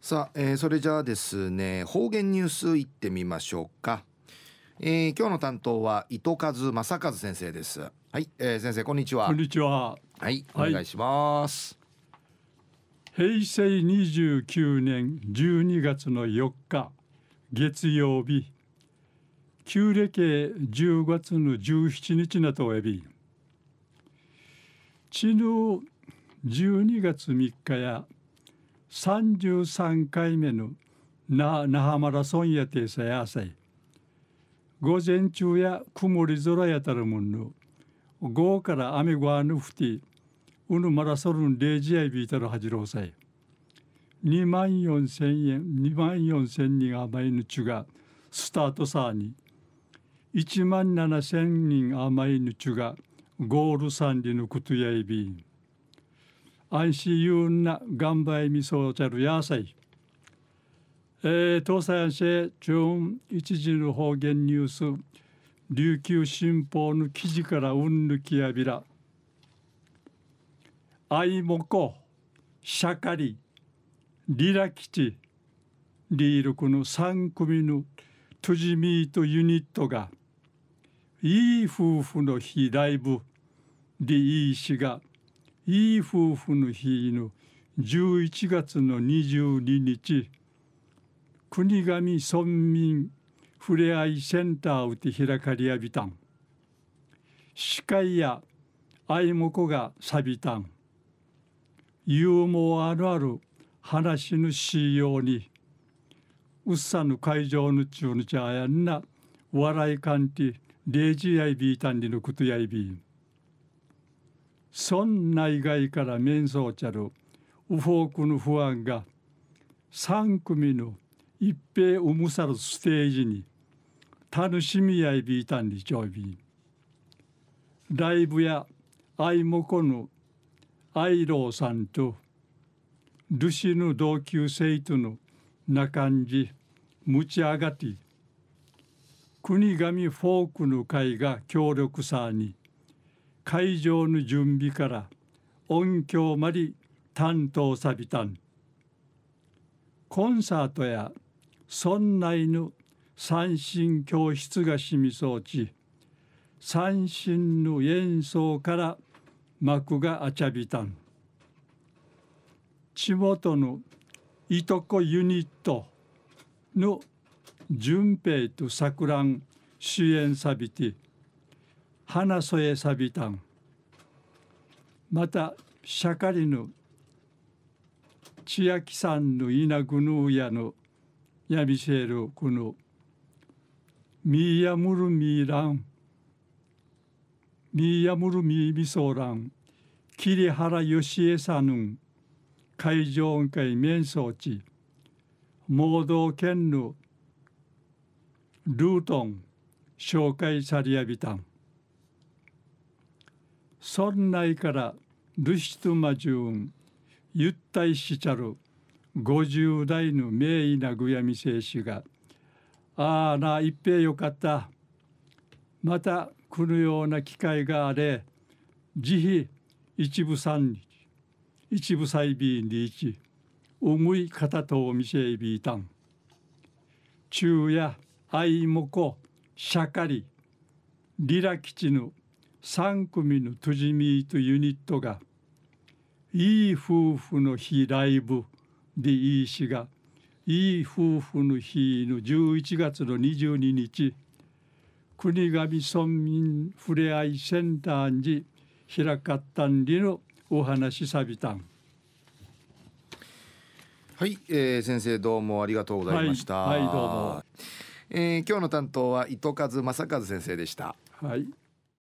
さあ、それじゃあですね、方言ニュースいってみましょうか。今日の担当は糸数正和先生です。はい、先生こんにちは。 こんにちは。 はい、おはい。 願いします。 平成29年12月の4日月曜日、旧暦10月の17日なとおやび、ちぬ12月3日や33回目の那覇マラソンやてさやさい、午前中や曇り空やたるもんの午後から雨ごわぬふてうぬマラソン0時やいびいたるはじろうさい、24,000円24,000人余りのちゅがスタートさに、17,000人余りのちゅがゴールさんりのことやいびん、安心ゆうんな頑張りみそうちゃるやさい。東西安市中一時の方言ニュース琉球新報の記事からうんぬきやびら、あいもこしゃかりリラ吉リールクの3組のトゥジミートユニットがいい夫婦の日ライブでいいしがいい夫婦の日の11月の22日、国頭村民ふれあいセンターをて開かりやびたん、司会やあいもこがさびたん、ユーモアあるある話のしようにうっさぬ会場の中のちゃやんな笑いかんてレジやいびいたんりのことやいびん、そん内外から面相ちゃるウフォークの不安が3組の一平うむさるステージに楽しみやいびいたんりちょいびん、ライブやあいもこのアイローさんとルシの同級生とのな感じ持ち上がって国頭フォークの会が協力さに会場の準備から音響まで担当さびたん、コンサートや村内の三振教室がしみそうち、三振の演奏から幕があちゃびたん、地元のいとこユニットの順平とさくらん主演さびて花添えさびたん、またしゃかりの千秋さんの稲ぐぬやのやみせるこのみーやむるみーらんみーやむるみーみそうらん桐原よしえさぬん会場音階面相地盲導犬のルートン紹介されやびたん、村内からルシトゥマジューンゆったいしちゃる50代の名医なぐやみせいしが、ああな一平よかった、また来るような機会があれ、慈悲一部三日一部サイビーに一重い方とお店へびいたん、昼夜あいもこしゃかりリラ吉の3組のトゥジミートユニットがいい夫婦の日ライブでいいしがいい夫婦の日の11月の22日、国頭村民ふれあいセンターに開かったんりのお話さびたん。 はい、先生どうもありがとうございました。 はい、はい、どうも。 今日の担当は糸数正和先生でした。 はい。